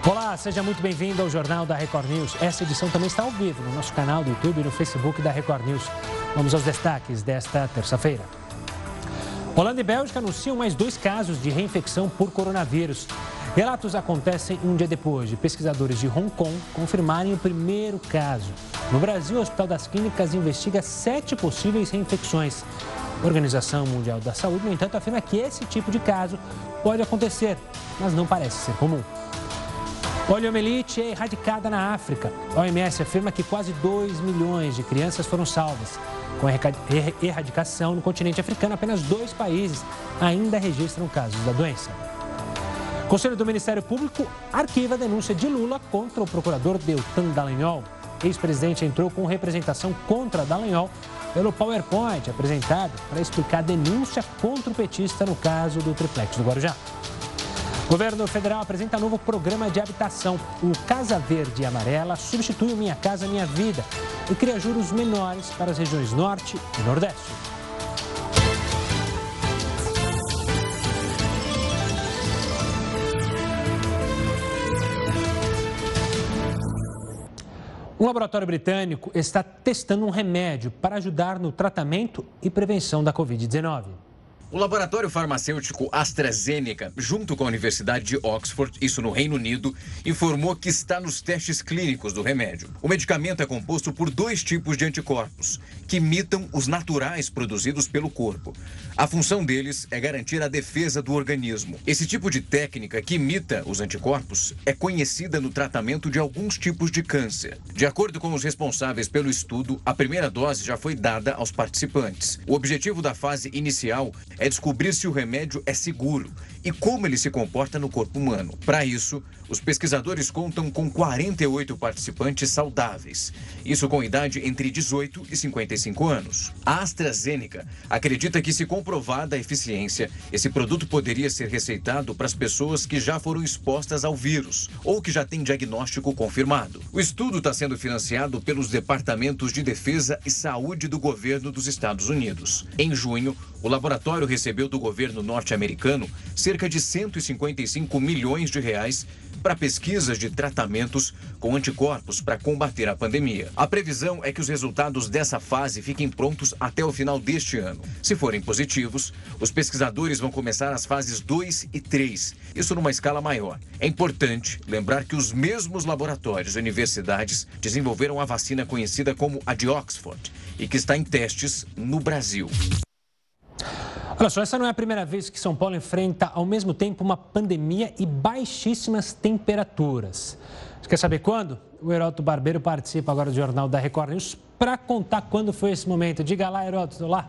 Olá, seja muito bem-vindo ao Jornal da Record News. Essa edição também está ao vivo no nosso canal do YouTube e no Facebook da Record News. Vamos aos destaques desta terça-feira. Holanda e Bélgica anunciam mais 2 casos de reinfecção por coronavírus. Relatos acontecem um dia depois de pesquisadores de Hong Kong confirmarem o primeiro caso. No Brasil, o Hospital das Clínicas investiga 7 possíveis reinfecções. A Organização Mundial da Saúde, no entanto, afirma que esse tipo de caso pode acontecer, mas não parece ser comum. Poliomielite é erradicada na África. A OMS afirma que quase 2 milhões de crianças foram salvas. Com a erradicação no continente africano, apenas 2 países ainda registram casos da doença. O Conselho do Ministério Público arquiva a denúncia de Lula contra o procurador Deltan Dallagnol. O ex-presidente entrou com representação contra Dallagnol pelo PowerPoint apresentado para explicar a denúncia contra o petista no caso do triplex do Guarujá. O governo federal apresenta novo programa de habitação. O Casa Verde e Amarela substitui o Minha Casa Minha Vida e cria juros menores para as regiões Norte e Nordeste. Um laboratório britânico está testando um remédio para ajudar no tratamento e prevenção da Covid-19. O laboratório farmacêutico AstraZeneca, junto com a Universidade de Oxford, isso no Reino Unido, informou que está nos testes clínicos do remédio. O medicamento é composto por 2 tipos de anticorpos, que imitam os naturais produzidos pelo corpo. A função deles é garantir a defesa do organismo. Esse tipo de técnica que imita os anticorpos é conhecida no tratamento de alguns tipos de câncer. De acordo com os responsáveis pelo estudo, a primeira dose já foi dada aos participantes. O objetivo da fase inicial é descobrir se o remédio é seguro e como ele se comporta no corpo humano. Para isso, os pesquisadores contam com 48 participantes saudáveis, isso com idade entre 18 e 55 anos. A AstraZeneca acredita que, se comprovada a eficiência, esse produto poderia ser receitado para as pessoas que já foram expostas ao vírus ou que já têm diagnóstico confirmado. O estudo está sendo financiado pelos Departamentos de Defesa e Saúde do governo dos Estados Unidos. Em junho, o laboratório recebeu do governo norte-americano cerca de 155 milhões de reais para pesquisas de tratamentos com anticorpos para combater a pandemia. A previsão é que os resultados dessa fase fiquem prontos até o final deste ano. Se forem positivos, os pesquisadores vão começar as fases 2 e 3, isso numa escala maior. É importante lembrar que os mesmos laboratórios e universidades desenvolveram a vacina conhecida como a de Oxford e que está em testes no Brasil. Olha só, essa não é a primeira vez que São Paulo enfrenta ao mesmo tempo uma pandemia e baixíssimas temperaturas. Você quer saber quando? O Heródoto Barbeiro participa agora do Jornal da Record News para contar quando foi esse momento. Diga lá, Heródoto, lá.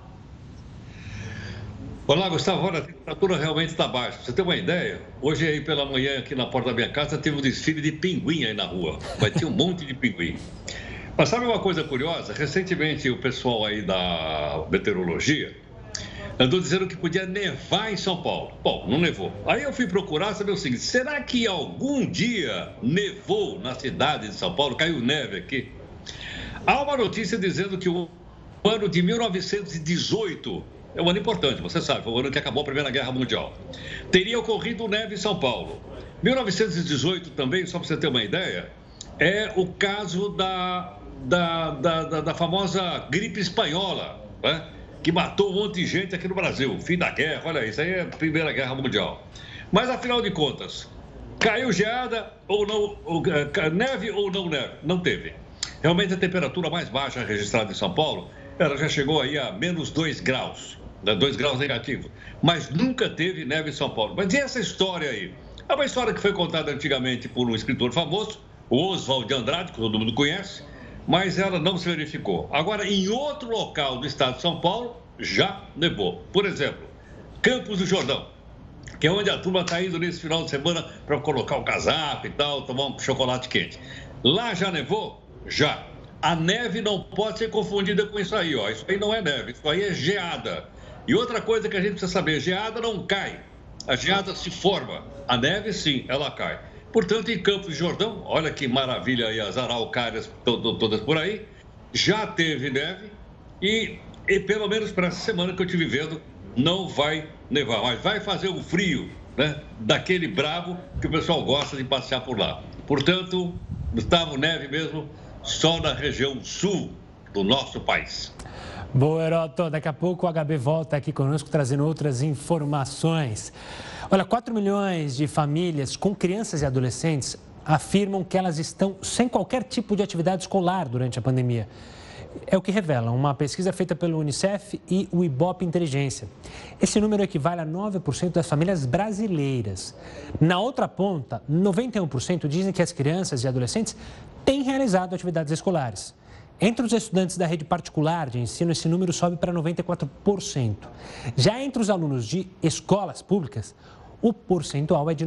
Olá, Gustavo. Olha, a temperatura realmente está baixa. Pra você ter uma ideia, hoje aí pela manhã aqui na porta da minha casa teve um desfile de pinguim aí na rua. Vai ter um monte de pinguim. Mas sabe uma coisa curiosa? Recentemente o pessoal aí da meteorologia andou dizendo que podia nevar em São Paulo. Bom, não nevou. Aí eu fui procurar saber o seguinte: será que algum dia nevou na cidade de São Paulo? Caiu neve aqui? Há uma notícia dizendo que o ano de 1918 é um ano importante, você sabe, foi o ano que acabou a Primeira Guerra Mundial. Teria ocorrido neve em São Paulo. 1918 também, só para você ter uma ideia, é o caso da famosa gripe espanhola, né? Que matou um monte de gente aqui no Brasil. Fim da guerra, olha isso aí é a Primeira Guerra Mundial. Mas, afinal de contas, caiu geada ou não, neve ou não neve? Não teve. Realmente a temperatura mais baixa registrada em São Paulo, ela já chegou aí a menos 2 graus, né? 2 graus negativos. Mas nunca teve neve em São Paulo. Mas e essa história aí? É uma história que foi contada antigamente por um escritor famoso, o Oswald de Andrade, que todo mundo conhece, mas ela não se verificou. Agora, em outro local do estado de São Paulo, já nevou. Por exemplo, Campos do Jordão, que é onde a turma está indo nesse final de semana para colocar o casaco e tal, tomar um chocolate quente. Lá já nevou? Já. A neve não pode ser confundida com isso aí, ó. Isso aí não é neve, isso aí é geada. E outra coisa que a gente precisa saber, geada não cai. A geada se forma. A neve, sim, ela cai. Portanto, em Campos do Jordão, olha que maravilha aí, as araucárias todas por aí, já teve neve e pelo menos para essa semana que eu estive vendo, não vai nevar, mas vai fazer um frio né, daquele bravo que o pessoal gosta de passear por lá. Portanto, Gustavo, neve mesmo, só na região sul do nosso país. Boa, Heroto. Daqui a pouco o HB volta aqui conosco trazendo outras informações. Olha, 4 milhões de famílias com crianças e adolescentes afirmam que elas estão sem qualquer tipo de atividade escolar durante a pandemia. É o que revela uma pesquisa feita pelo Unicef e o Ibope Inteligência. Esse número equivale a 9% das famílias brasileiras. Na outra ponta, 91% dizem que as crianças e adolescentes têm realizado atividades escolares. Entre os estudantes da rede particular de ensino, esse número sobe para 94%. Já entre os alunos de escolas públicas, o percentual é de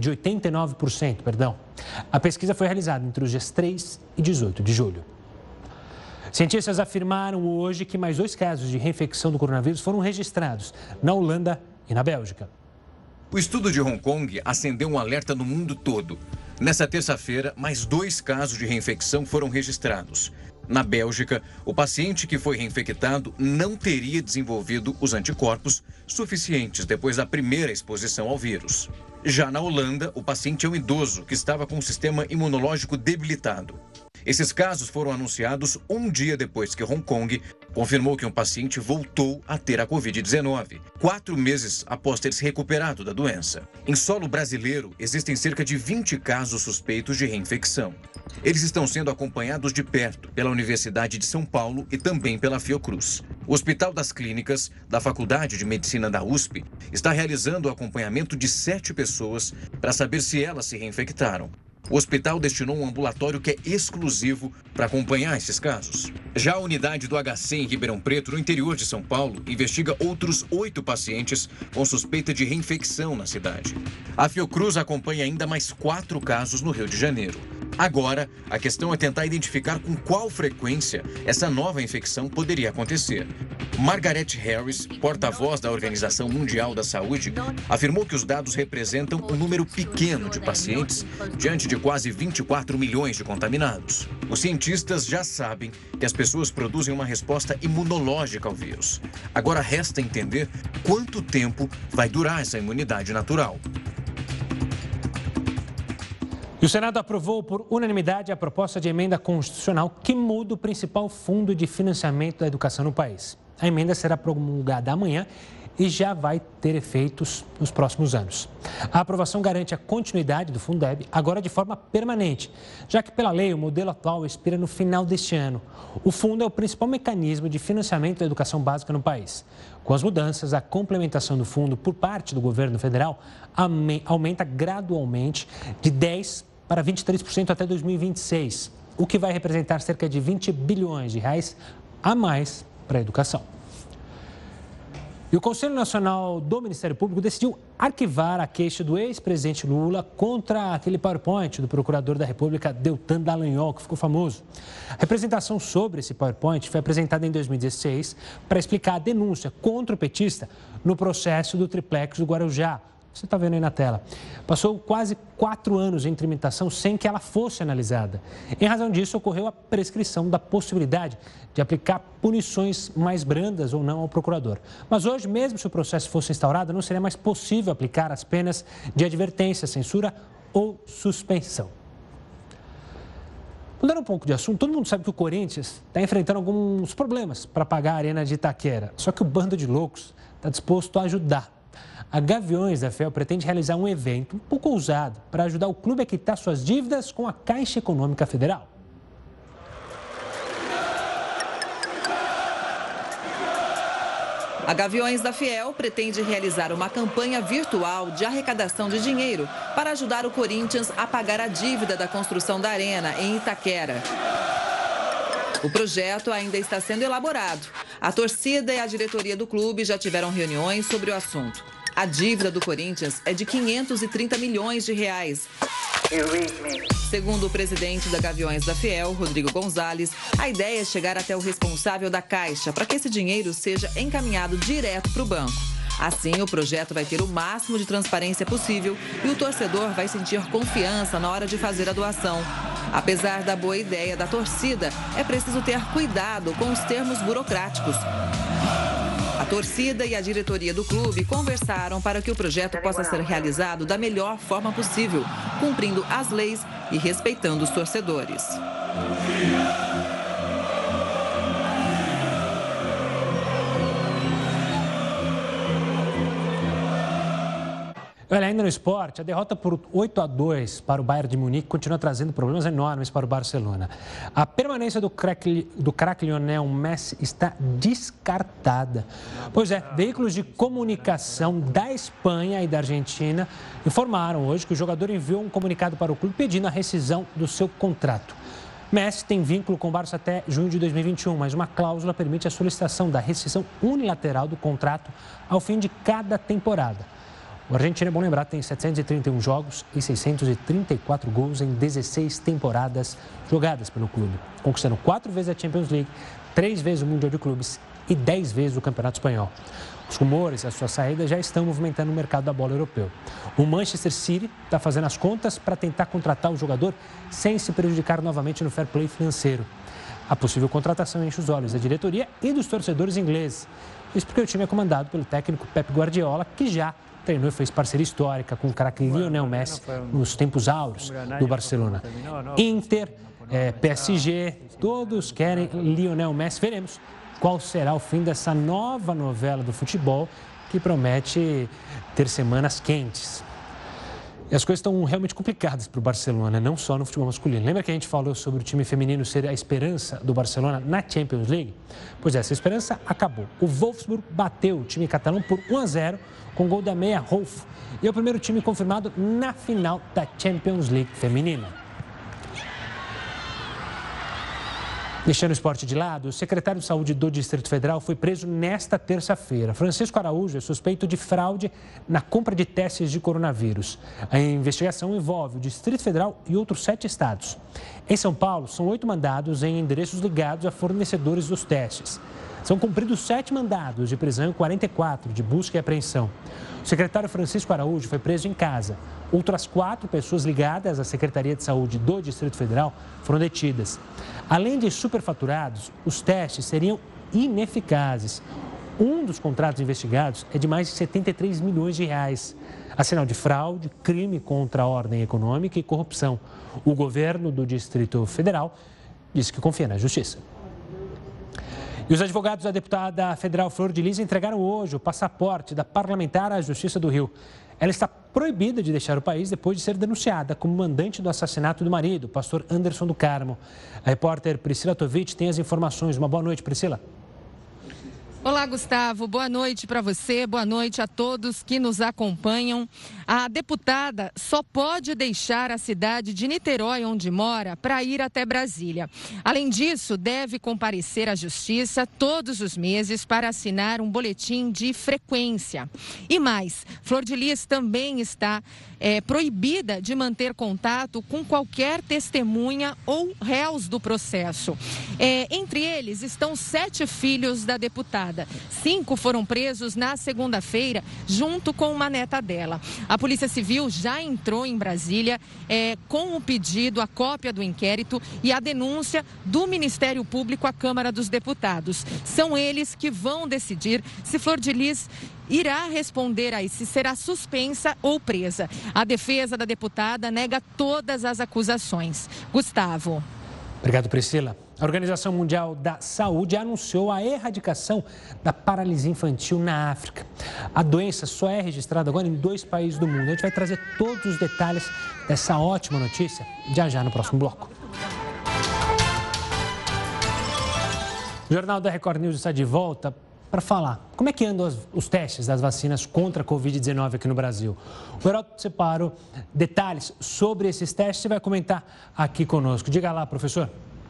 89%. A pesquisa foi realizada entre os dias 3 e 18 de julho. Cientistas afirmaram hoje que mais 2 casos de reinfecção do coronavírus foram registrados na Holanda e na Bélgica. O estudo de Hong Kong acendeu um alerta no mundo todo. Nessa terça-feira, mais 2 casos de reinfecção foram registrados. Na Bélgica, o paciente que foi reinfectado não teria desenvolvido os anticorpos suficientes depois da primeira exposição ao vírus. Já na Holanda, o paciente é um idoso que estava com o sistema imunológico debilitado. Esses casos foram anunciados um dia depois que Hong Kong confirmou que um paciente voltou a ter a Covid-19, 4 meses após ter se recuperado da doença. Em solo brasileiro, existem cerca de 20 casos suspeitos de reinfecção. Eles estão sendo acompanhados de perto pela Universidade de São Paulo e também pela Fiocruz. O Hospital das Clínicas, da Faculdade de Medicina da USP, está realizando o acompanhamento de 7 pessoas para saber se elas se reinfectaram. O hospital destinou um ambulatório que é exclusivo para acompanhar esses casos. Já a unidade do HC em Ribeirão Preto, no interior de São Paulo, investiga outros 8 pacientes com suspeita de reinfecção na cidade. A Fiocruz acompanha ainda mais 4 casos no Rio de Janeiro. Agora, a questão é tentar identificar com qual frequência essa nova infecção poderia acontecer. Margaret Harris, porta-voz da Organização Mundial da Saúde, afirmou que os dados representam um número pequeno de pacientes diante de quase 24 milhões de contaminados. Os cientistas já sabem que as pessoas produzem uma resposta imunológica ao vírus. Agora resta entender quanto tempo vai durar essa imunidade natural. E o Senado aprovou por unanimidade a proposta de emenda constitucional que muda o principal fundo de financiamento da educação no país. A emenda será promulgada amanhã e já vai ter efeitos nos próximos anos. A aprovação garante a continuidade do Fundeb, agora de forma permanente, já que pela lei o modelo atual expira no final deste ano. O fundo é o principal mecanismo de financiamento da educação básica no país. Com as mudanças, a complementação do fundo por parte do governo federal aumenta gradualmente de 10% para 23% até 2026, o que vai representar cerca de 20 bilhões de reais a mais para a educação. E o Conselho Nacional do Ministério Público decidiu arquivar a queixa do ex-presidente Lula contra aquele PowerPoint do procurador da República, Deltan Dallagnol, que ficou famoso. A representação sobre esse PowerPoint foi apresentada em 2016 para explicar a denúncia contra o petista no processo do triplex do Guarujá. Você está vendo aí na tela. Passou quase 4 anos em tramitação sem que ela fosse analisada. Em razão disso, ocorreu a prescrição da possibilidade de aplicar punições mais brandas ou não ao procurador. Mas hoje, mesmo se o processo fosse instaurado, não seria mais possível aplicar as penas de advertência, censura ou suspensão. Mudando um pouco de assunto, todo mundo sabe que o Corinthians está enfrentando alguns problemas para pagar a Arena de Itaquera. Só que o bando de loucos está disposto a ajudar. A Gaviões da Fiel pretende realizar um evento um pouco ousado para ajudar o clube a quitar suas dívidas com a Caixa Econômica Federal. A Gaviões da Fiel pretende realizar uma campanha virtual de arrecadação de dinheiro para ajudar o Corinthians a pagar a dívida da construção da Arena em Itaquera. O projeto ainda está sendo elaborado. A torcida e a diretoria do clube já tiveram reuniões sobre o assunto. A dívida do Corinthians é de 530 milhões de reais. Segundo o presidente da Gaviões da Fiel, Rodrigo Gonzalez, a ideia é chegar até o responsável da Caixa para que esse dinheiro seja encaminhado direto para o banco. Assim, o projeto vai ter o máximo de transparência possível e o torcedor vai sentir confiança na hora de fazer a doação. Apesar da boa ideia da torcida, é preciso ter cuidado com os termos burocráticos. A torcida e a diretoria do clube conversaram para que o projeto possa ser realizado da melhor forma possível, cumprindo as leis e respeitando os torcedores. Olha, ainda no esporte, a derrota por 8-2 para o Bayern de Munique continua trazendo problemas enormes para o Barcelona. A permanência do craque Lionel Messi está descartada. Pois é, veículos de comunicação da Espanha e da Argentina informaram hoje que o jogador enviou um comunicado para o clube pedindo a rescisão do seu contrato. Messi tem vínculo com o Barça até junho de 2021, mas uma cláusula permite a solicitação da rescisão unilateral do contrato ao fim de cada temporada. O argentino, é bom lembrar, tem 731 jogos e 634 gols em 16 temporadas jogadas pelo clube, conquistando 4 vezes a Champions League, 3 vezes o Mundial de Clubes e 10 vezes o Campeonato Espanhol. Os rumores da sua saída já estão movimentando o mercado da bola europeu. O Manchester City está fazendo as contas para tentar contratar o jogador sem se prejudicar novamente no fair play financeiro. A possível contratação enche os olhos da diretoria e dos torcedores ingleses. Isso porque o time é comandado pelo técnico Pep Guardiola, que já treinou e fez parceria histórica com o craque Lionel Messi nos tempos áureos do Barcelona. Inter, PSG, todos querem Lionel Messi. Veremos qual será o fim dessa nova novela do futebol que promete ter semanas quentes. E as coisas estão realmente complicadas para o Barcelona, não só no futebol masculino. Lembra que a gente falou sobre o time feminino ser a esperança do Barcelona na Champions League? Pois é, essa esperança acabou. O Wolfsburg bateu o time catalão por 1-0 com gol da meia Rolf. E é o primeiro time confirmado na final da Champions League feminina. Deixando o esporte de lado, o secretário de Saúde do Distrito Federal foi preso nesta terça-feira. Francisco Araújo é suspeito de fraude na compra de testes de coronavírus. A investigação envolve o Distrito Federal e outros 7 estados. Em São Paulo, são 8 mandados em endereços ligados a fornecedores dos testes. São cumpridos 7 mandados de prisão e 44 de busca e apreensão. O secretário Francisco Araújo foi preso em casa. Outras 4 pessoas ligadas à Secretaria de Saúde do Distrito Federal foram detidas. Além de superfaturados, os testes seriam ineficazes. Um dos contratos investigados é de mais de 73 milhões de reais. A sinal de fraude, crime contra a ordem econômica e corrupção. O governo do Distrito Federal disse que confia na justiça. E os advogados da deputada federal Flor de Lis entregaram hoje o passaporte da parlamentar à Justiça do Rio. Ela está proibida de deixar o país depois de ser denunciada como mandante do assassinato do marido, o pastor Anderson do Carmo. A repórter Priscila Tovich tem as informações. Uma boa noite, Priscila. Olá, Gustavo. Boa noite para você, boa noite a todos que nos acompanham. A deputada só pode deixar a cidade de Niterói, onde mora, para ir até Brasília. Além disso, deve comparecer à Justiça todos os meses para assinar um boletim de frequência. E mais, Flor de Lis também está proibida de manter contato com qualquer testemunha ou réus do processo. Entre eles estão 7 filhos da deputada. 5 foram presos na segunda-feira, junto com uma neta dela. A Polícia Civil já entrou em Brasília com o pedido, a cópia do inquérito e a denúncia do Ministério Público à Câmara dos Deputados. São eles que vão decidir se Flor de Lis irá responder aí se será suspensa ou presa. A defesa da deputada nega todas as acusações. Gustavo. Obrigado, Priscila. A Organização Mundial da Saúde anunciou a erradicação da paralisia infantil na África. A doença só é registrada agora em 2 países do mundo. A gente vai trazer todos os detalhes dessa ótima notícia já no próximo bloco. O Jornal da Record News está de volta para falar como é que andam os testes das vacinas contra a Covid-19 aqui no Brasil. O Heródoto separou detalhes sobre esses testes e vai comentar aqui conosco. Diga lá, professor.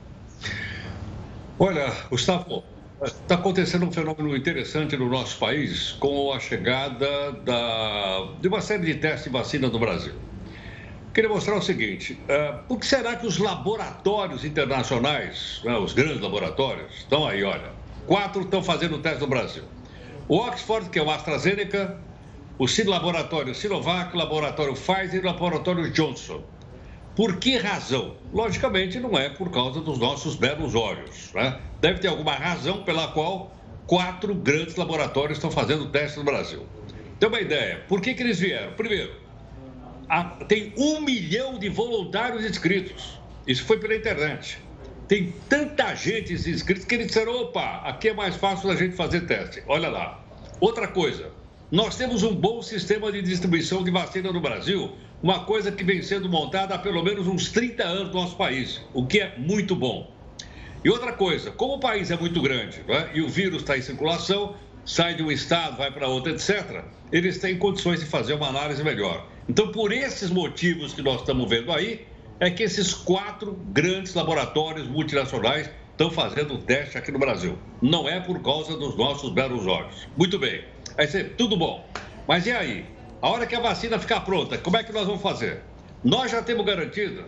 Olha, Gustavo, está acontecendo um fenômeno interessante no nosso país com a chegada de uma série de testes de vacina no Brasil. Queria mostrar o seguinte, por que será que os laboratórios internacionais, os grandes laboratórios, estão aí, olha, 4 estão fazendo o teste no Brasil. O Oxford, que é o AstraZeneca, o laboratório Sinovac, o laboratório Pfizer e o laboratório Johnson. Por que razão? Logicamente, não é por causa dos nossos belos olhos, né? Deve ter alguma razão pela qual 4 grandes laboratórios estão fazendo testes no Brasil. Tem uma ideia, por que eles vieram? Primeiro, tem 1 milhão de voluntários inscritos, isso foi pela internet. Tem tanta gente inscrita que eles disseram, opa, aqui é mais fácil da gente fazer teste. Olha lá. Outra coisa, nós temos um bom sistema de distribuição de vacina no Brasil, uma coisa que vem sendo montada há pelo menos uns 30 anos no nosso país, o que é muito bom. E outra coisa, como o país é muito grande, né, e o vírus está em circulação, sai de um estado, vai para outro, etc., eles têm condições de fazer uma análise melhor. Então, por esses motivos que nós estamos vendo aí, é que esses 4 grandes laboratórios multinacionais estão fazendo o teste aqui no Brasil. Não é por causa dos nossos belos olhos. Muito bem, vai ser tudo bom. Mas e aí? A hora que a vacina ficar pronta, como é que nós vamos fazer? Nós já temos garantido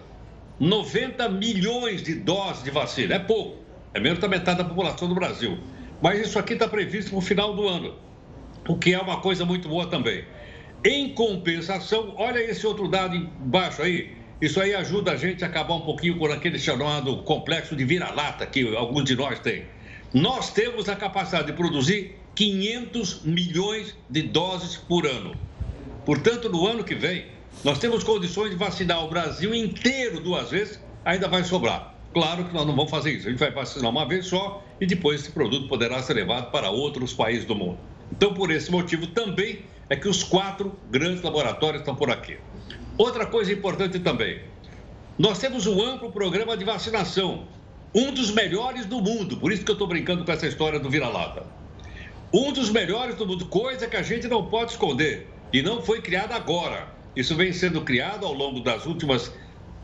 90 milhões de doses de vacina. É pouco, é menos da metade da população do Brasil. Mas isso aqui está previsto para o final do ano, o que é uma coisa muito boa também. Em compensação, olha esse outro dado embaixo aí. Isso aí ajuda a gente a acabar um pouquinho com aquele chamado complexo de vira-lata que alguns de nós têm. Nós temos a capacidade de produzir 500 milhões de doses por ano. Portanto, no ano que vem, nós temos condições de vacinar o Brasil inteiro 2 vezes, ainda vai sobrar. Claro que nós não vamos fazer isso, a gente vai vacinar uma vez só e depois esse produto poderá ser levado para outros países do mundo. Então, por esse motivo também é que os 4 grandes laboratórios estão por aqui. Outra coisa importante também, nós temos um amplo programa de vacinação, um dos melhores do mundo, por isso que eu estou brincando com essa história do vira-lata. Um dos melhores do mundo, coisa que a gente não pode esconder e não foi criada agora. Isso vem sendo criado ao longo das últimas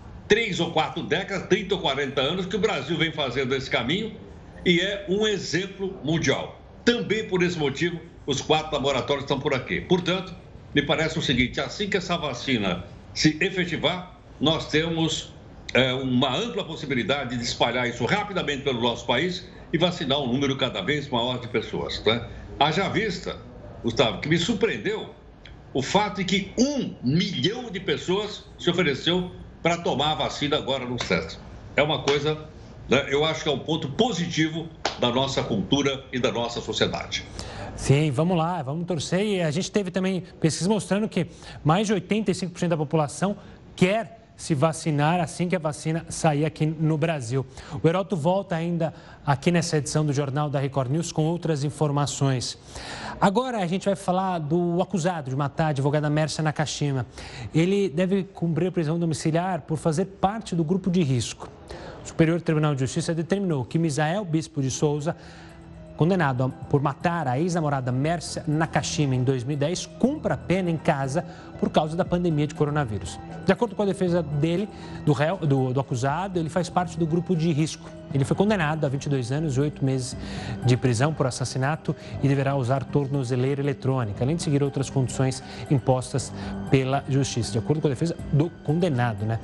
3 ou 4 décadas, 30 ou 40 anos, que o Brasil vem fazendo esse caminho e é um exemplo mundial. Também por esse motivo, os 4 laboratórios estão por aqui. Portanto, me parece o seguinte, assim que essa vacina se efetivar, nós temos uma ampla possibilidade de espalhar isso rapidamente pelo nosso país e vacinar um número cada vez maior de pessoas. Né? Haja vista, Gustavo, que me surpreendeu o fato de que 1 milhão de pessoas se ofereceu para tomar a vacina agora nos testes. É uma coisa, né, eu acho que é um ponto positivo da nossa cultura e da nossa sociedade. Sim, vamos lá, vamos torcer. E a gente teve também pesquisas mostrando que mais de 85% da população quer se vacinar assim que a vacina sair aqui no Brasil. O Heroto volta ainda aqui nessa edição do Jornal da Record News com outras informações. Agora a gente vai falar do acusado de matar a advogada Mércia Nakashima. Ele deve cumprir prisão domiciliar por fazer parte do grupo de risco. O Superior Tribunal de Justiça determinou que Misael Bispo de Souza, condenado por matar a ex-namorada Mércia Nakashima em 2010, cumpra a pena em casa por causa da pandemia de coronavírus. De acordo com a defesa dele, do acusado, ele faz parte do grupo de risco. Ele foi condenado a 22 anos e 8 meses de prisão por assassinato e deverá usar tornozeleira eletrônica, além de seguir outras condições impostas pela Justiça, de acordo com a defesa do condenado, né?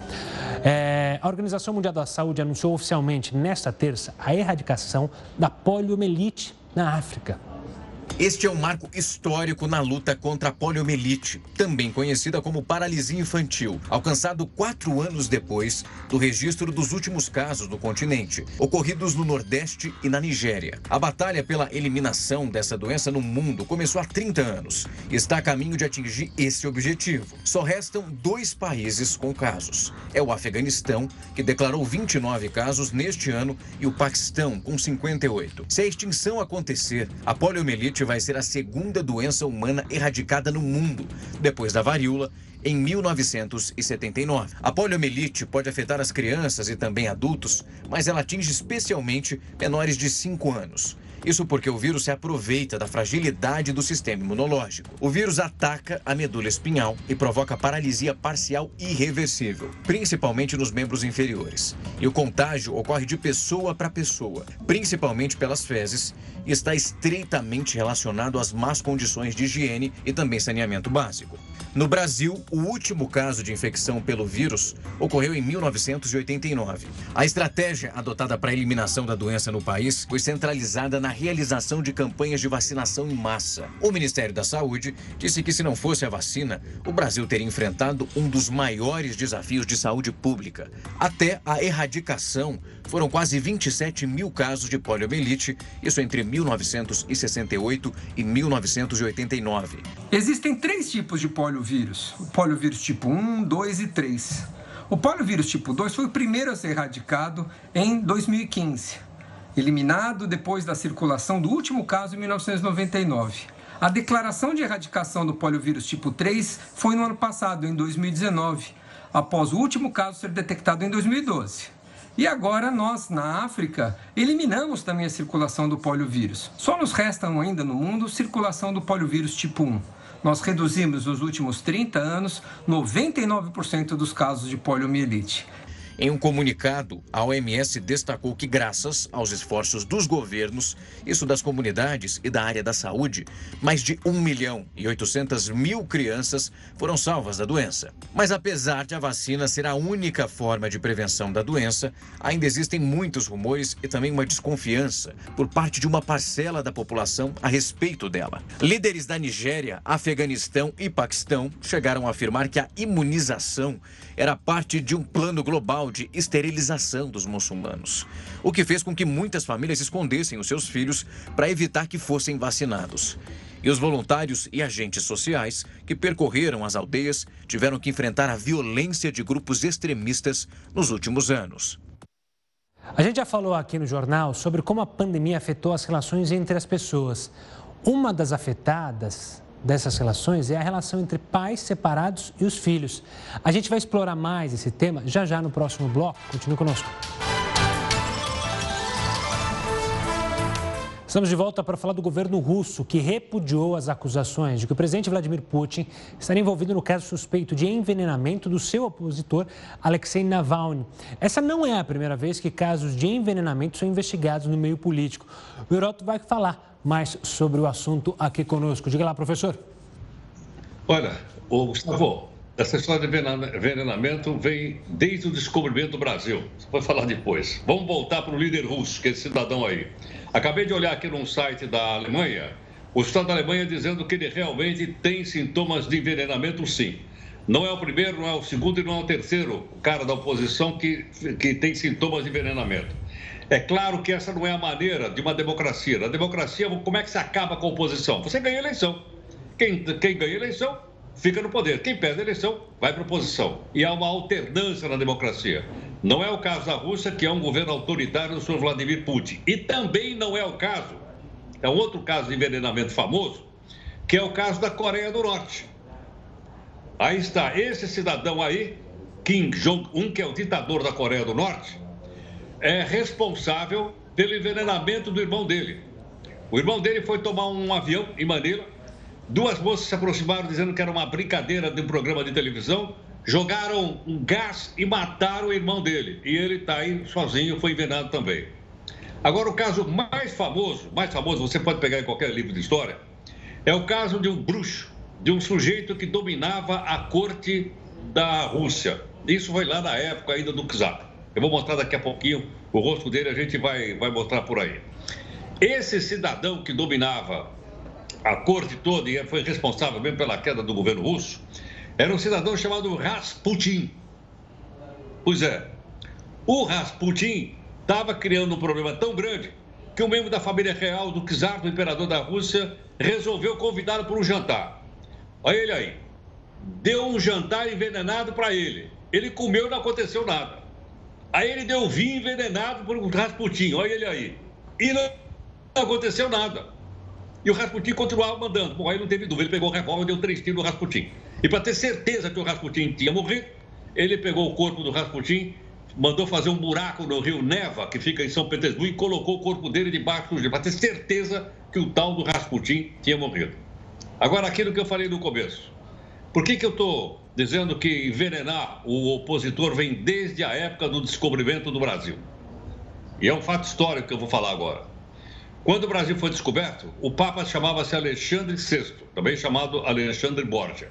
A Organização Mundial da Saúde anunciou oficialmente nesta terça a erradicação da poliomielite na África. Este é um marco histórico na luta contra a poliomielite, também conhecida como paralisia infantil, alcançado 4 anos depois do registro dos últimos casos no continente, ocorridos no Nordeste e na Nigéria. A batalha pela eliminação dessa doença no mundo começou há 30 anos e está a caminho de atingir esse objetivo. Só restam 2 países com casos. É o Afeganistão, que declarou 29 casos neste ano, e o Paquistão, com 58. Se a extinção acontecer, a poliomielite vai ser a segunda doença humana erradicada no mundo, depois da varíola, em 1979. A poliomielite pode afetar as crianças e também adultos, mas ela atinge especialmente menores de 5 anos. Isso porque o vírus se aproveita da fragilidade do sistema imunológico. O vírus ataca a medula espinhal e provoca paralisia parcial irreversível, principalmente nos membros inferiores. E o contágio ocorre de pessoa para pessoa, principalmente pelas fezes, e está estreitamente relacionado às más condições de higiene e também saneamento básico. No Brasil, o último caso de infecção pelo vírus ocorreu em 1989. A estratégia adotada para a eliminação da doença no país foi centralizada na realização de campanhas de vacinação em massa. O Ministério da Saúde disse que, se não fosse a vacina, o Brasil teria enfrentado um dos maiores desafios de saúde pública. Até a erradicação foi foram quase 27 mil casos de poliomielite, isso entre 1968 e 1989. Existem 3 tipos de poliovírus, o poliovírus tipo 1, 2 e 3. O poliovírus tipo 2 foi o primeiro a ser erradicado em 2015, eliminado depois da circulação do último caso em 1999. A declaração de erradicação do poliovírus tipo 3 foi no ano passado, em 2019, após o último caso ser detectado em 2012. E agora nós, na África, eliminamos também a circulação do poliovírus. Só nos restam ainda no mundo circulação do poliovírus tipo 1. Nós reduzimos nos últimos 30 anos 99% dos casos de poliomielite. Em um comunicado, a OMS destacou que, graças aos esforços dos governos, isso das comunidades e da área da saúde, mais de 1.800.000 crianças foram salvas da doença. Mas apesar de a vacina ser a única forma de prevenção da doença, ainda existem muitos rumores e também uma desconfiança por parte de uma parcela da população a respeito dela. Líderes da Nigéria, Afeganistão e Paquistão chegaram a afirmar que a imunização era parte de um plano global de esterilização dos muçulmanos, o que fez com que muitas famílias escondessem os seus filhos para evitar que fossem vacinados. E os voluntários e agentes sociais que percorreram as aldeias tiveram que enfrentar a violência de grupos extremistas nos últimos anos. A gente já falou aqui no jornal sobre como a pandemia afetou as relações entre as pessoas. Uma das afetadas dessas relações é a relação entre pais separados e os filhos. A gente vai explorar mais esse tema já no próximo bloco. Continue conosco. Estamos de volta para falar do governo russo, que repudiou as acusações de que o presidente Vladimir Putin estaria envolvido no caso suspeito de envenenamento do seu opositor, Alexei Navalny. Essa não é a primeira vez que casos de envenenamento são investigados no meio político. O Heródoto vai falar mais sobre o assunto aqui conosco. Diga lá, professor. Olha, Gustavo, essa história de envenenamento vem desde o descobrimento do Brasil. Você vai falar depois. Vamos voltar para o líder russo, que é esse cidadão aí. Acabei de olhar aqui num site da Alemanha, o Estado da Alemanha dizendo que ele realmente tem sintomas de envenenamento, sim. Não é o primeiro, não é o segundo e não é o terceiro cara da oposição que tem sintomas de envenenamento. É claro que essa não é a maneira de uma democracia. Na democracia, como é que se acaba com a oposição? Você ganha a eleição. Quem ganha a eleição fica no poder. Quem perde a eleição vai para a oposição. E há uma alternância na democracia. Não é o caso da Rússia, que é um governo autoritário do senhor Vladimir Putin. E também não é o caso, é um outro caso de envenenamento famoso, que é o caso da Coreia do Norte. Aí está, esse cidadão aí, Kim Jong-un, que é o ditador da Coreia do Norte, é responsável pelo envenenamento do irmão dele. O irmão dele foi tomar um avião em Manila. 2 moças se aproximaram dizendo que era uma brincadeira de um programa de televisão. Jogaram um gás e mataram o irmão dele. E ele está aí sozinho, foi envenenado também. Agora, o caso mais famoso, você pode pegar em qualquer livro de história, é o caso de um bruxo, de um sujeito que dominava a corte da Rússia. Isso foi lá na época ainda do czar. Eu vou mostrar daqui a pouquinho o rosto dele, a gente vai mostrar por aí. Esse cidadão que dominava a corte toda e foi responsável mesmo pela queda do governo russo, era um cidadão chamado Rasputin. Pois é, o Rasputin estava criando um problema tão grande que um membro da família real do czar, do imperador da Rússia, resolveu convidá-lo para um jantar. Olha ele aí, deu um jantar envenenado para ele. Ele comeu e não aconteceu nada. Aí ele deu vinho envenenado por um Rasputin, olha ele aí. E não aconteceu nada. E o Rasputin continuava mandando. Bom, aí não teve dúvida, ele pegou o revólver e deu 3 tiros no Rasputin. E para ter certeza que o Rasputin tinha morrido, ele pegou o corpo do Rasputin, mandou fazer um buraco no rio Neva, que fica em São Petersburgo, e colocou o corpo dele debaixo do gelo, para ter certeza que o tal do Rasputin tinha morrido. Agora, aquilo que eu falei no começo. Por que eu estou dizendo que envenenar o opositor vem desde a época do descobrimento do Brasil? E é um fato histórico que eu vou falar agora. Quando o Brasil foi descoberto, o Papa chamava-se Alexandre VI, também chamado Alexandre Borgia.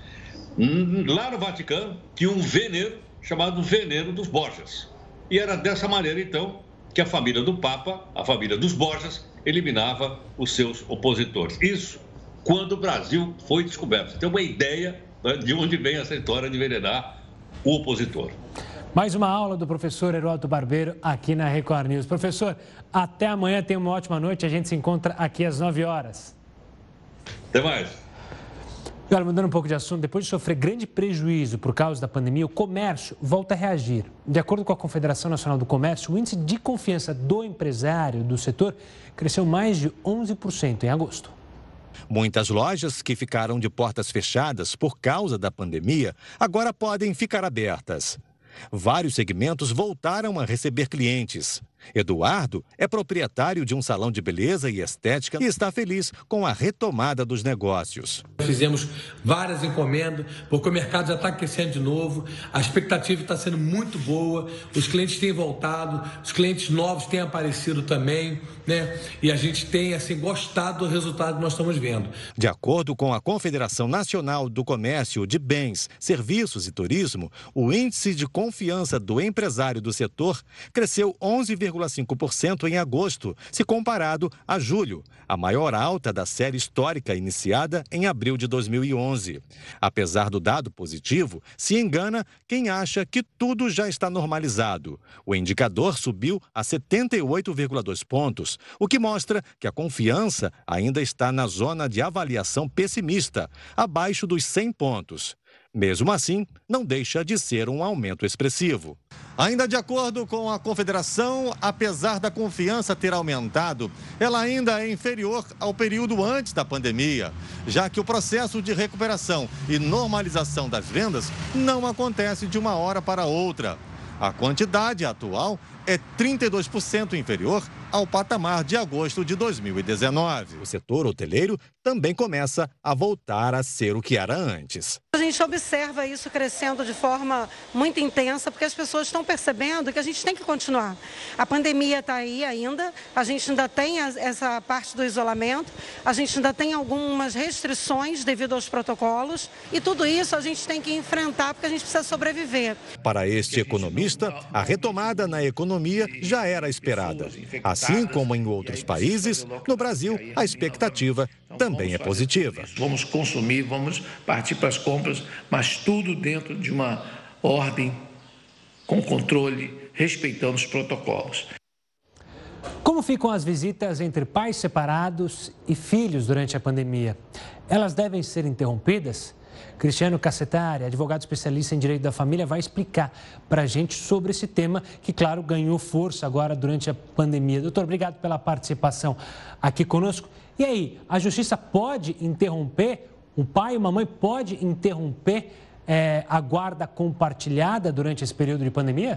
Lá no Vaticano, tinha um veneno chamado Veneno dos Borgias. E era dessa maneira, então, que a família do Papa, a família dos Borgias, eliminava os seus opositores. Isso quando o Brasil foi descoberto. Você tem uma ideia, né, de onde vem essa história de envenenar o opositor. Mais uma aula do professor Heródoto Barbeiro aqui na Record News. Professor, até amanhã, tenha uma ótima noite. A gente se encontra aqui às 9 horas. Até mais. E olha, mudando um pouco de assunto, depois de sofrer grande prejuízo por causa da pandemia, o comércio volta a reagir. De acordo com a Confederação Nacional do Comércio, o índice de confiança do empresário do setor cresceu mais de 11% em agosto. Muitas lojas que ficaram de portas fechadas por causa da pandemia agora podem ficar abertas. Vários segmentos voltaram a receber clientes. Eduardo é proprietário de um salão de beleza e estética e está feliz com a retomada dos negócios. Fizemos várias encomendas, porque o mercado já está aquecendo de novo, a expectativa está sendo muito boa, os clientes têm voltado, os clientes novos têm aparecido também, né? E a gente tem, assim, gostado do resultado que nós estamos vendo. De acordo com a Confederação Nacional do Comércio de Bens, Serviços e Turismo, o índice de confiança do empresário do setor cresceu 11,5% em agosto, se comparado a julho, a maior alta da série histórica iniciada em abril de 2011. Apesar do dado positivo, se engana quem acha que tudo já está normalizado. O indicador subiu a 78,2 pontos, o que mostra que a confiança ainda está na zona de avaliação pessimista, abaixo dos 100 pontos. Mesmo assim, não deixa de ser um aumento expressivo. Ainda de acordo com a Confederação, apesar da confiança ter aumentado, ela ainda é inferior ao período antes da pandemia, já que o processo de recuperação e normalização das vendas não acontece de uma hora para outra. A quantidade atual é 32% inferior ao patamar de agosto de 2019. O setor hoteleiro também começa a voltar a ser o que era antes. A gente observa isso crescendo de forma muito intensa, porque as pessoas estão percebendo que a gente tem que continuar. A pandemia está aí ainda, a gente ainda tem essa parte do isolamento, a gente ainda tem algumas restrições devido aos protocolos, e tudo isso a gente tem que enfrentar porque a gente precisa sobreviver. Para este economista, a retomada na economia já era esperada. Assim como em outros países, no Brasil, a expectativa também é positiva. Vamos consumir, vamos partir para as compras, mas tudo dentro de uma ordem, com controle, respeitando os protocolos. Como ficam as visitas entre pais separados e filhos durante a pandemia? Elas devem ser interrompidas? Cristiano Cassetari, advogado especialista em direito da família, vai explicar para a gente sobre esse tema que, claro, ganhou força agora durante a pandemia. Doutor, obrigado pela participação aqui conosco. E aí, a justiça pode interromper, um pai e uma mãe pode interromper a guarda compartilhada durante esse período de pandemia?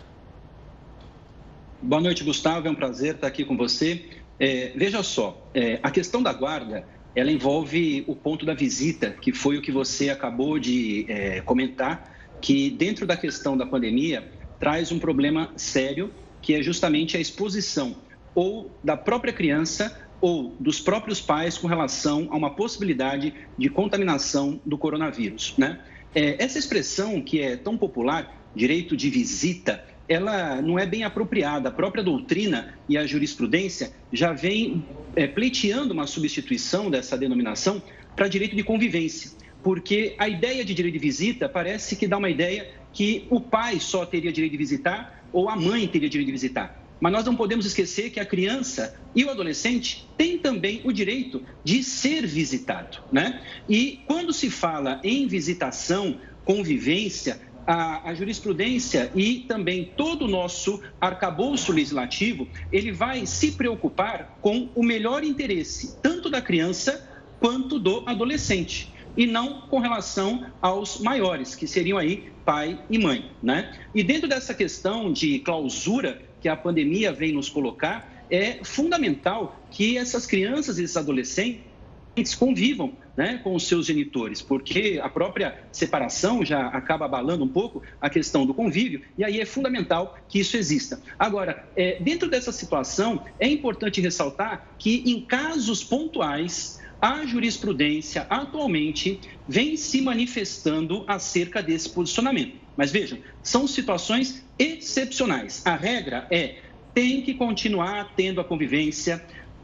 Boa noite, Gustavo. É um prazer estar aqui com você. Veja só, a questão da guarda, ela envolve o ponto da visita, que foi o que você acabou de comentar, que dentro da questão da pandemia traz um problema sério, que é justamente a exposição ou da própria criança ou dos próprios pais com relação a uma possibilidade de contaminação do coronavírus, né? Essa expressão que é tão popular, direito de visita, ela não é bem apropriada. A própria doutrina e a jurisprudência já vem pleiteando uma substituição dessa denominação para direito de convivência, porque a ideia de direito de visita parece que dá uma ideia que o pai só teria direito de visitar ou a mãe teria direito de visitar. Mas nós não podemos esquecer que a criança e o adolescente têm também o direito de ser visitado, né? E quando se fala em visitação, convivência, a jurisprudência e também todo o nosso arcabouço legislativo, ele vai se preocupar com o melhor interesse, tanto da criança quanto do adolescente, e não com relação aos maiores, que seriam aí pai e mãe, né? E dentro dessa questão de clausura que a pandemia vem nos colocar, é fundamental que essas crianças e esses adolescentes convivam, né, com os seus genitores, porque a própria separação já acaba abalando um pouco a questão do convívio, e aí é fundamental que isso exista. Agora, dentro dessa situação, é importante ressaltar que em casos pontuais, a jurisprudência atualmente vem se manifestando acerca desse posicionamento. Mas vejam, são situações excepcionais. A regra tem que continuar tendo a convivência,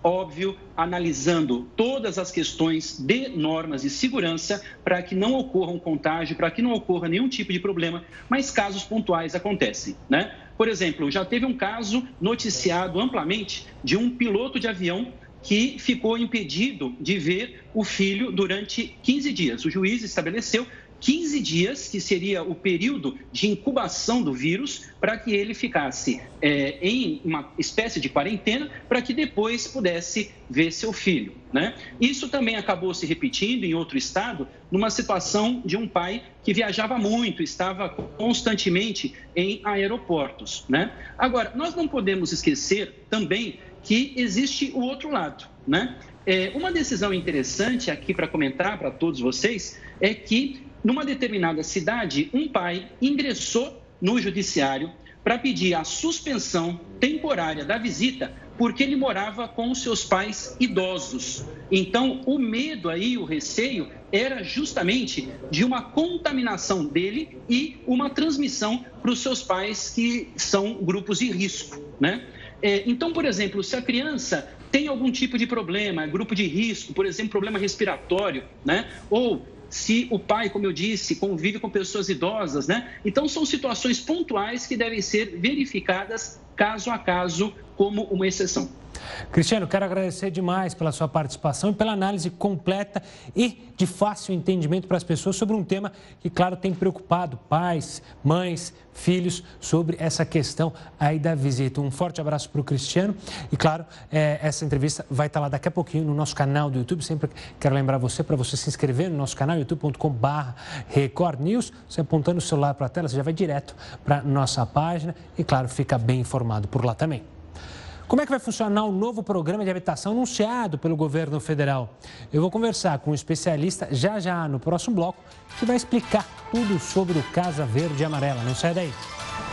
óbvio, analisando todas as questões de normas de segurança para que não ocorra um contágio, para que não ocorra nenhum tipo de problema, mas casos pontuais acontecem, né? Por exemplo, já teve um caso noticiado amplamente de um piloto de avião que ficou impedido de ver o filho durante 15 dias. O juiz estabeleceu 15 dias, que seria o período de incubação do vírus, para que ele ficasse em uma espécie de quarentena, para que depois pudesse ver seu filho, né? Isso também acabou se repetindo em outro estado, numa situação de um pai que viajava muito, estava constantemente em aeroportos, né? Agora, nós não podemos esquecer também que existe o outro lado, né? Uma decisão interessante aqui para comentar para todos vocês é que, numa determinada cidade, um pai ingressou no judiciário para pedir a suspensão temporária da visita porque ele morava com os seus pais idosos. Então, o medo aí, o receio, era justamente de uma contaminação dele e uma transmissão para os seus pais que são grupos de risco, né? Então, por exemplo, se a criança tem algum tipo de problema, grupo de risco, por exemplo, problema respiratório, né? Ou se o pai, como eu disse, convive com pessoas idosas, né? Então, são situações pontuais que devem ser verificadas caso a caso como uma exceção. Cristiano, quero agradecer demais pela sua participação e pela análise completa e de fácil entendimento para as pessoas sobre um tema que, claro, tem preocupado pais, mães, filhos sobre essa questão aí da visita. Um forte abraço para o Cristiano e, claro, essa entrevista vai estar lá daqui a pouquinho no nosso canal do YouTube. Sempre quero lembrar você, para você se inscrever no nosso canal, youtube.com/Record News. Você apontando o celular para a tela, você já vai direto para a nossa página e, claro, fica bem informado por lá também. Como é que vai funcionar o novo programa de habitação anunciado pelo governo federal? Eu vou conversar com um especialista já no próximo bloco, que vai explicar tudo sobre o Casa Verde e Amarela. Não sai daí.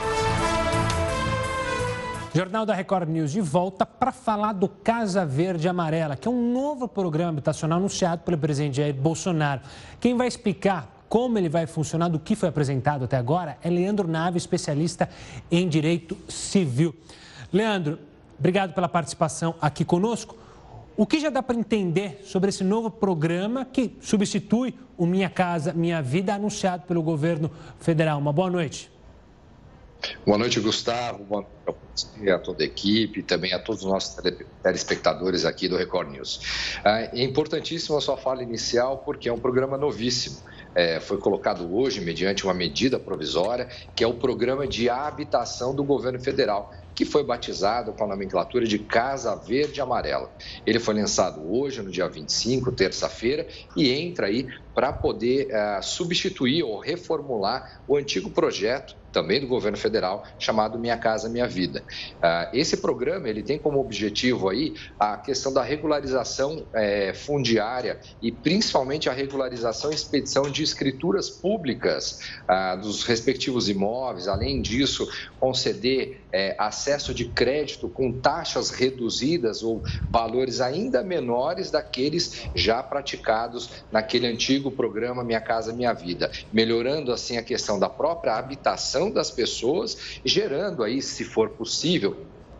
Jornal da Record News de volta para falar do Casa Verde e Amarela, que é um novo programa habitacional anunciado pelo presidente Jair Bolsonaro. Quem vai explicar como ele vai funcionar, do que foi apresentado até agora, é Leandro Nave, especialista em direito civil. Leandro, obrigado pela participação aqui conosco. O que já dá para entender sobre esse novo programa que substitui o Minha Casa Minha Vida, anunciado pelo governo federal? Uma boa noite. Boa noite, Gustavo. Boa noite a toda a equipe e também a todos os nossos telespectadores aqui do Record News. É importantíssima a sua fala inicial porque é um programa novíssimo. Foi colocado hoje mediante uma medida provisória, que é o Programa de Habitação do Governo Federal, que foi batizado com a nomenclatura de Casa Verde e Amarela. Ele foi lançado hoje, no dia 25, terça-feira, e entra aí para poder substituir ou reformular o antigo projeto, também do governo federal, chamado Minha Casa Minha Vida. Esse programa ele tem como objetivo aí a questão da regularização fundiária e principalmente a regularização e expedição de escrituras públicas dos respectivos imóveis. Além disso, conceder acesso de crédito com taxas reduzidas ou valores ainda menores daqueles já praticados naquele antigo programa Minha Casa Minha Vida, melhorando assim a questão da própria habitação das pessoas, gerando aí, se for possível,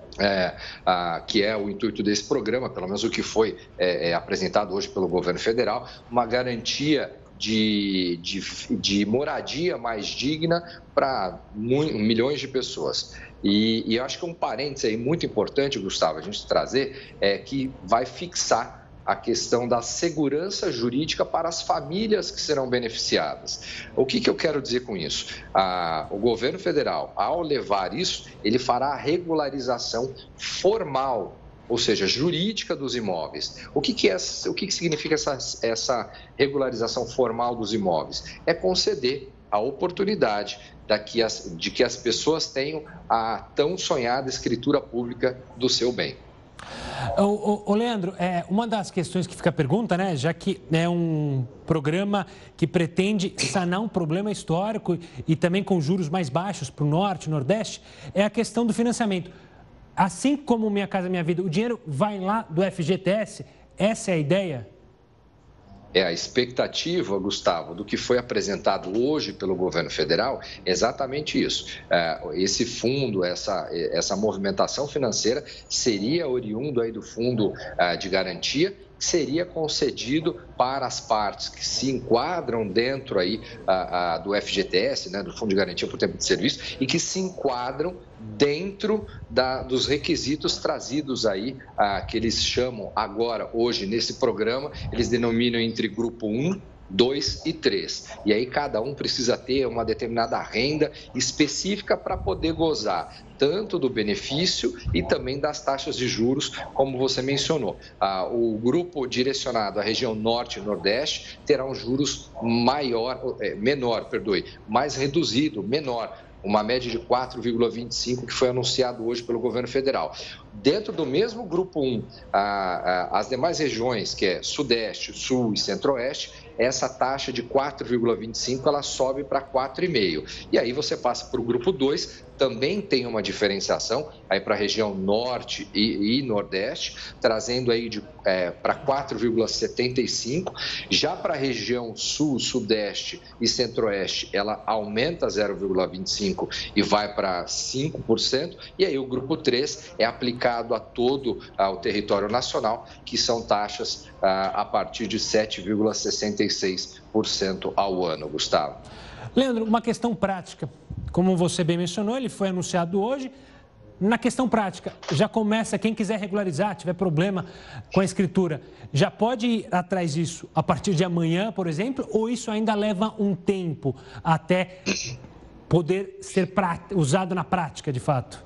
que é o intuito desse programa, pelo menos o que foi apresentado hoje pelo governo federal, uma garantia de moradia mais digna para milhões de pessoas. E eu acho que um parênteses aí muito importante, Gustavo, a gente trazer, é que vai fixar a questão da segurança jurídica para as famílias que serão beneficiadas. O que eu quero dizer com isso? O governo federal, ao levar isso, ele fará a regularização formal, ou seja, jurídica dos imóveis. O que significa essa regularização formal dos imóveis? É conceder a oportunidade de que as pessoas tenham a tão sonhada escritura pública do seu bem. Leandro, uma das questões que fica a pergunta, né, já que é um programa que pretende sanar um problema histórico e também com juros mais baixos para o Norte e Nordeste, é a questão do financiamento. Assim como Minha Casa Minha Vida, o dinheiro vai lá do FGTS? Essa é a ideia? A expectativa, Gustavo, do que foi apresentado hoje pelo governo federal é exatamente isso. Esse fundo, essa movimentação financeira seria oriundo aí do fundo de garantia, que seria concedido para as partes que se enquadram dentro aí do FGTS, né, do Fundo de Garantia por Tempo de Serviço, e que se enquadram dentro dos requisitos trazidos aí, que eles chamam agora, hoje, nesse programa, eles denominam entre grupo 1, 2 e 3. E aí cada um precisa ter uma determinada renda específica para poder gozar tanto do benefício e também das taxas de juros, como você mencionou. O grupo direcionado à região norte e nordeste terá um juros mais reduzido, menor, uma média de 4,25 que foi anunciado hoje pelo governo federal. Dentro do mesmo grupo 1, as demais regiões, que é Sudeste, Sul e Centro-Oeste, essa taxa de 4,25 ela sobe para 4,5. E aí você passa para o grupo 2, também tem uma diferenciação aí para a região Norte e Nordeste, trazendo aí para 4,75. Já para a região Sul, Sudeste e Centro-Oeste, ela aumenta 0,25 e vai para 5%. E aí o grupo 3 é aplicado a todo o território nacional, que são taxas a partir de 7,66% ao ano, Gustavo. Leandro, uma questão prática. Como você bem mencionou, ele foi anunciado hoje. Na questão prática, já começa, quem quiser regularizar, tiver problema com a escritura, já pode ir atrás disso a partir de amanhã, por exemplo, ou isso ainda leva um tempo até poder ser usado na prática, de fato?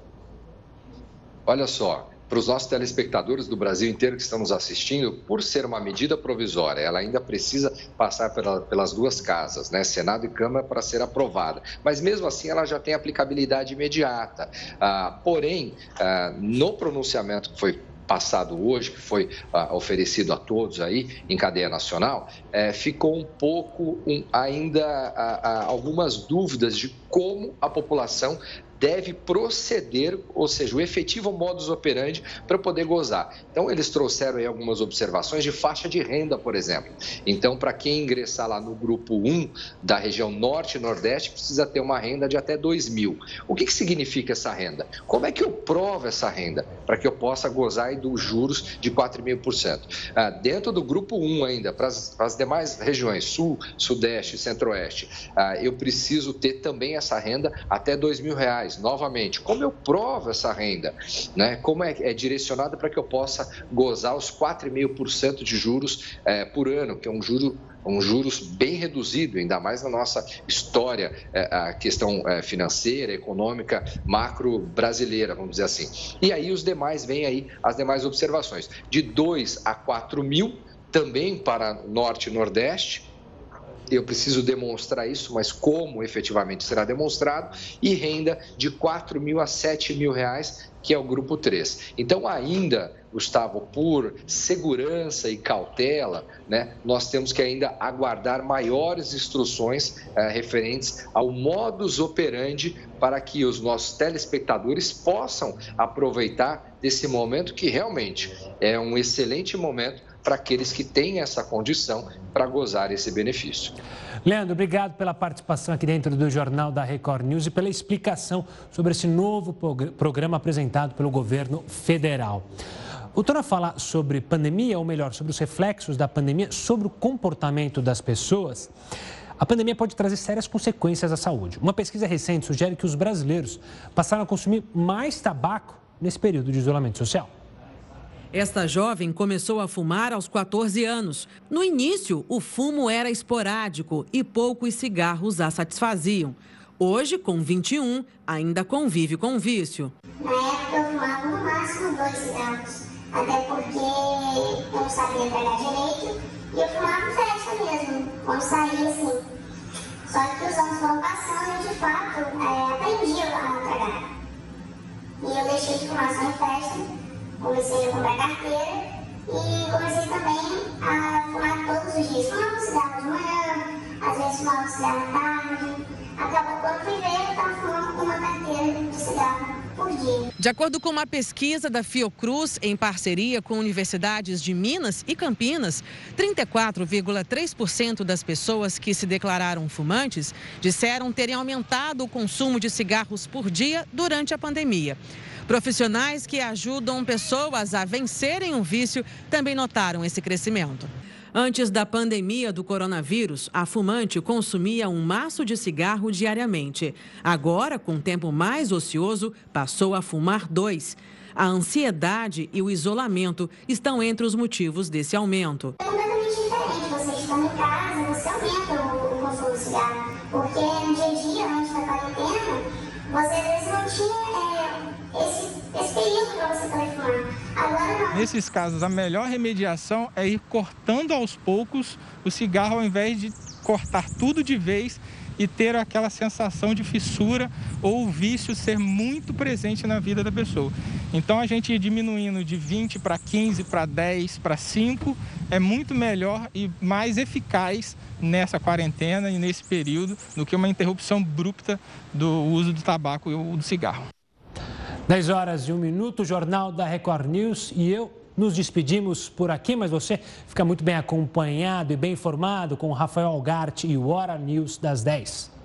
Olha só, para os nossos telespectadores do Brasil inteiro que estão nos assistindo, por ser uma medida provisória, ela ainda precisa passar pelas duas casas, né, Senado e Câmara, para ser aprovada. Mas mesmo assim ela já tem aplicabilidade imediata. Porém, no pronunciamento que foi passado hoje, que foi oferecido a todos aí em cadeia nacional, ficou um pouco ainda algumas dúvidas de como a população deve proceder, ou seja, o efetivo modus operandi para poder gozar. Então, eles trouxeram aí algumas observações de faixa de renda, por exemplo. Então, para quem ingressar lá no grupo 1 da região Norte e Nordeste, precisa ter uma renda de até 2 mil. O que significa essa renda? Como é que eu provo essa renda para que eu possa gozar aí dos juros de 4,5%? Dentro do grupo 1 ainda, para as demais regiões, Sul, Sudeste e Centro-Oeste, eu preciso ter também essa renda até R$2.000. Novamente, como eu provo essa renda? Né? Como é direcionada para que eu possa gozar os 4,5% de juros por ano, que é um juros bem reduzido, ainda mais na nossa história, a questão financeira, econômica, macro brasileira, vamos dizer assim. E aí os demais, vêm aí as demais observações, de 2 a 4 mil, também para Norte e Nordeste. Eu preciso demonstrar isso, mas como efetivamente será demonstrado? E renda de R$4.000 a R$7.000, que é o grupo 3. Então, ainda, Gustavo, por segurança e cautela, né, nós temos que ainda aguardar maiores instruções referentes ao modus operandi para que os nossos telespectadores possam aproveitar desse momento que realmente é um excelente momento para aqueles que têm essa condição para gozar esse benefício. Leandro, obrigado pela participação aqui dentro do Jornal da Record News e pela explicação sobre esse novo programa apresentado pelo governo federal. Voltando a falar sobre pandemia, ou melhor, sobre os reflexos da pandemia, sobre o comportamento das pessoas, a pandemia pode trazer sérias consequências à saúde. Uma pesquisa recente sugere que os brasileiros passaram a consumir mais tabaco nesse período de isolamento social. Esta jovem começou a fumar aos 14 anos. No início, o fumo era esporádico e poucos cigarros a satisfaziam. Hoje, com 21, ainda convive com o vício. Na época, eu fumava no máximo 2 cigarros, até porque eu não sabia pegar direito e eu fumava em festa mesmo, quando saía assim. Só que os anos foram passando e, de fato, aprendi a tragar. E eu deixei de fumar só em festa. Comecei a comprar carteira e comecei também a fumar todos os dias. Fumava um cigarro de manhã, às vezes fumava um cigarro à tarde. Acabou quando fui ver, eu estava fumando uma carteira de cigarro por dia. De acordo com uma pesquisa da Fiocruz, em parceria com universidades de Minas e Campinas, 34,3% das pessoas que se declararam fumantes disseram terem aumentado o consumo de cigarros por dia durante a pandemia. Profissionais que ajudam pessoas a vencerem o vício também notaram esse crescimento. Antes da pandemia do coronavírus, a fumante consumia um maço de cigarro diariamente. Agora, com tempo mais ocioso, passou a fumar 2. A ansiedade e o isolamento estão entre os motivos desse aumento. É completamente diferente. Você estando em casa, você aumenta o consumo de cigarro. Porque no dia a dia, antes da quarentena, você às vezes não tinha esse período para você poder fumar. Agora não. Nesses casos, a melhor remediação é ir cortando aos poucos o cigarro, ao invés de cortar tudo de vez e ter aquela sensação de fissura ou o vício ser muito presente na vida da pessoa. Então, a gente ir diminuindo de 20 para 15, para 10, para 5 é muito melhor e mais eficaz nessa quarentena e nesse período do que uma interrupção abrupta do uso do tabaco ou do cigarro. 10h01, Jornal da Record News e eu nos despedimos por aqui, mas você fica muito bem acompanhado e bem informado com o Rafael Algarte e o Hora News das 10.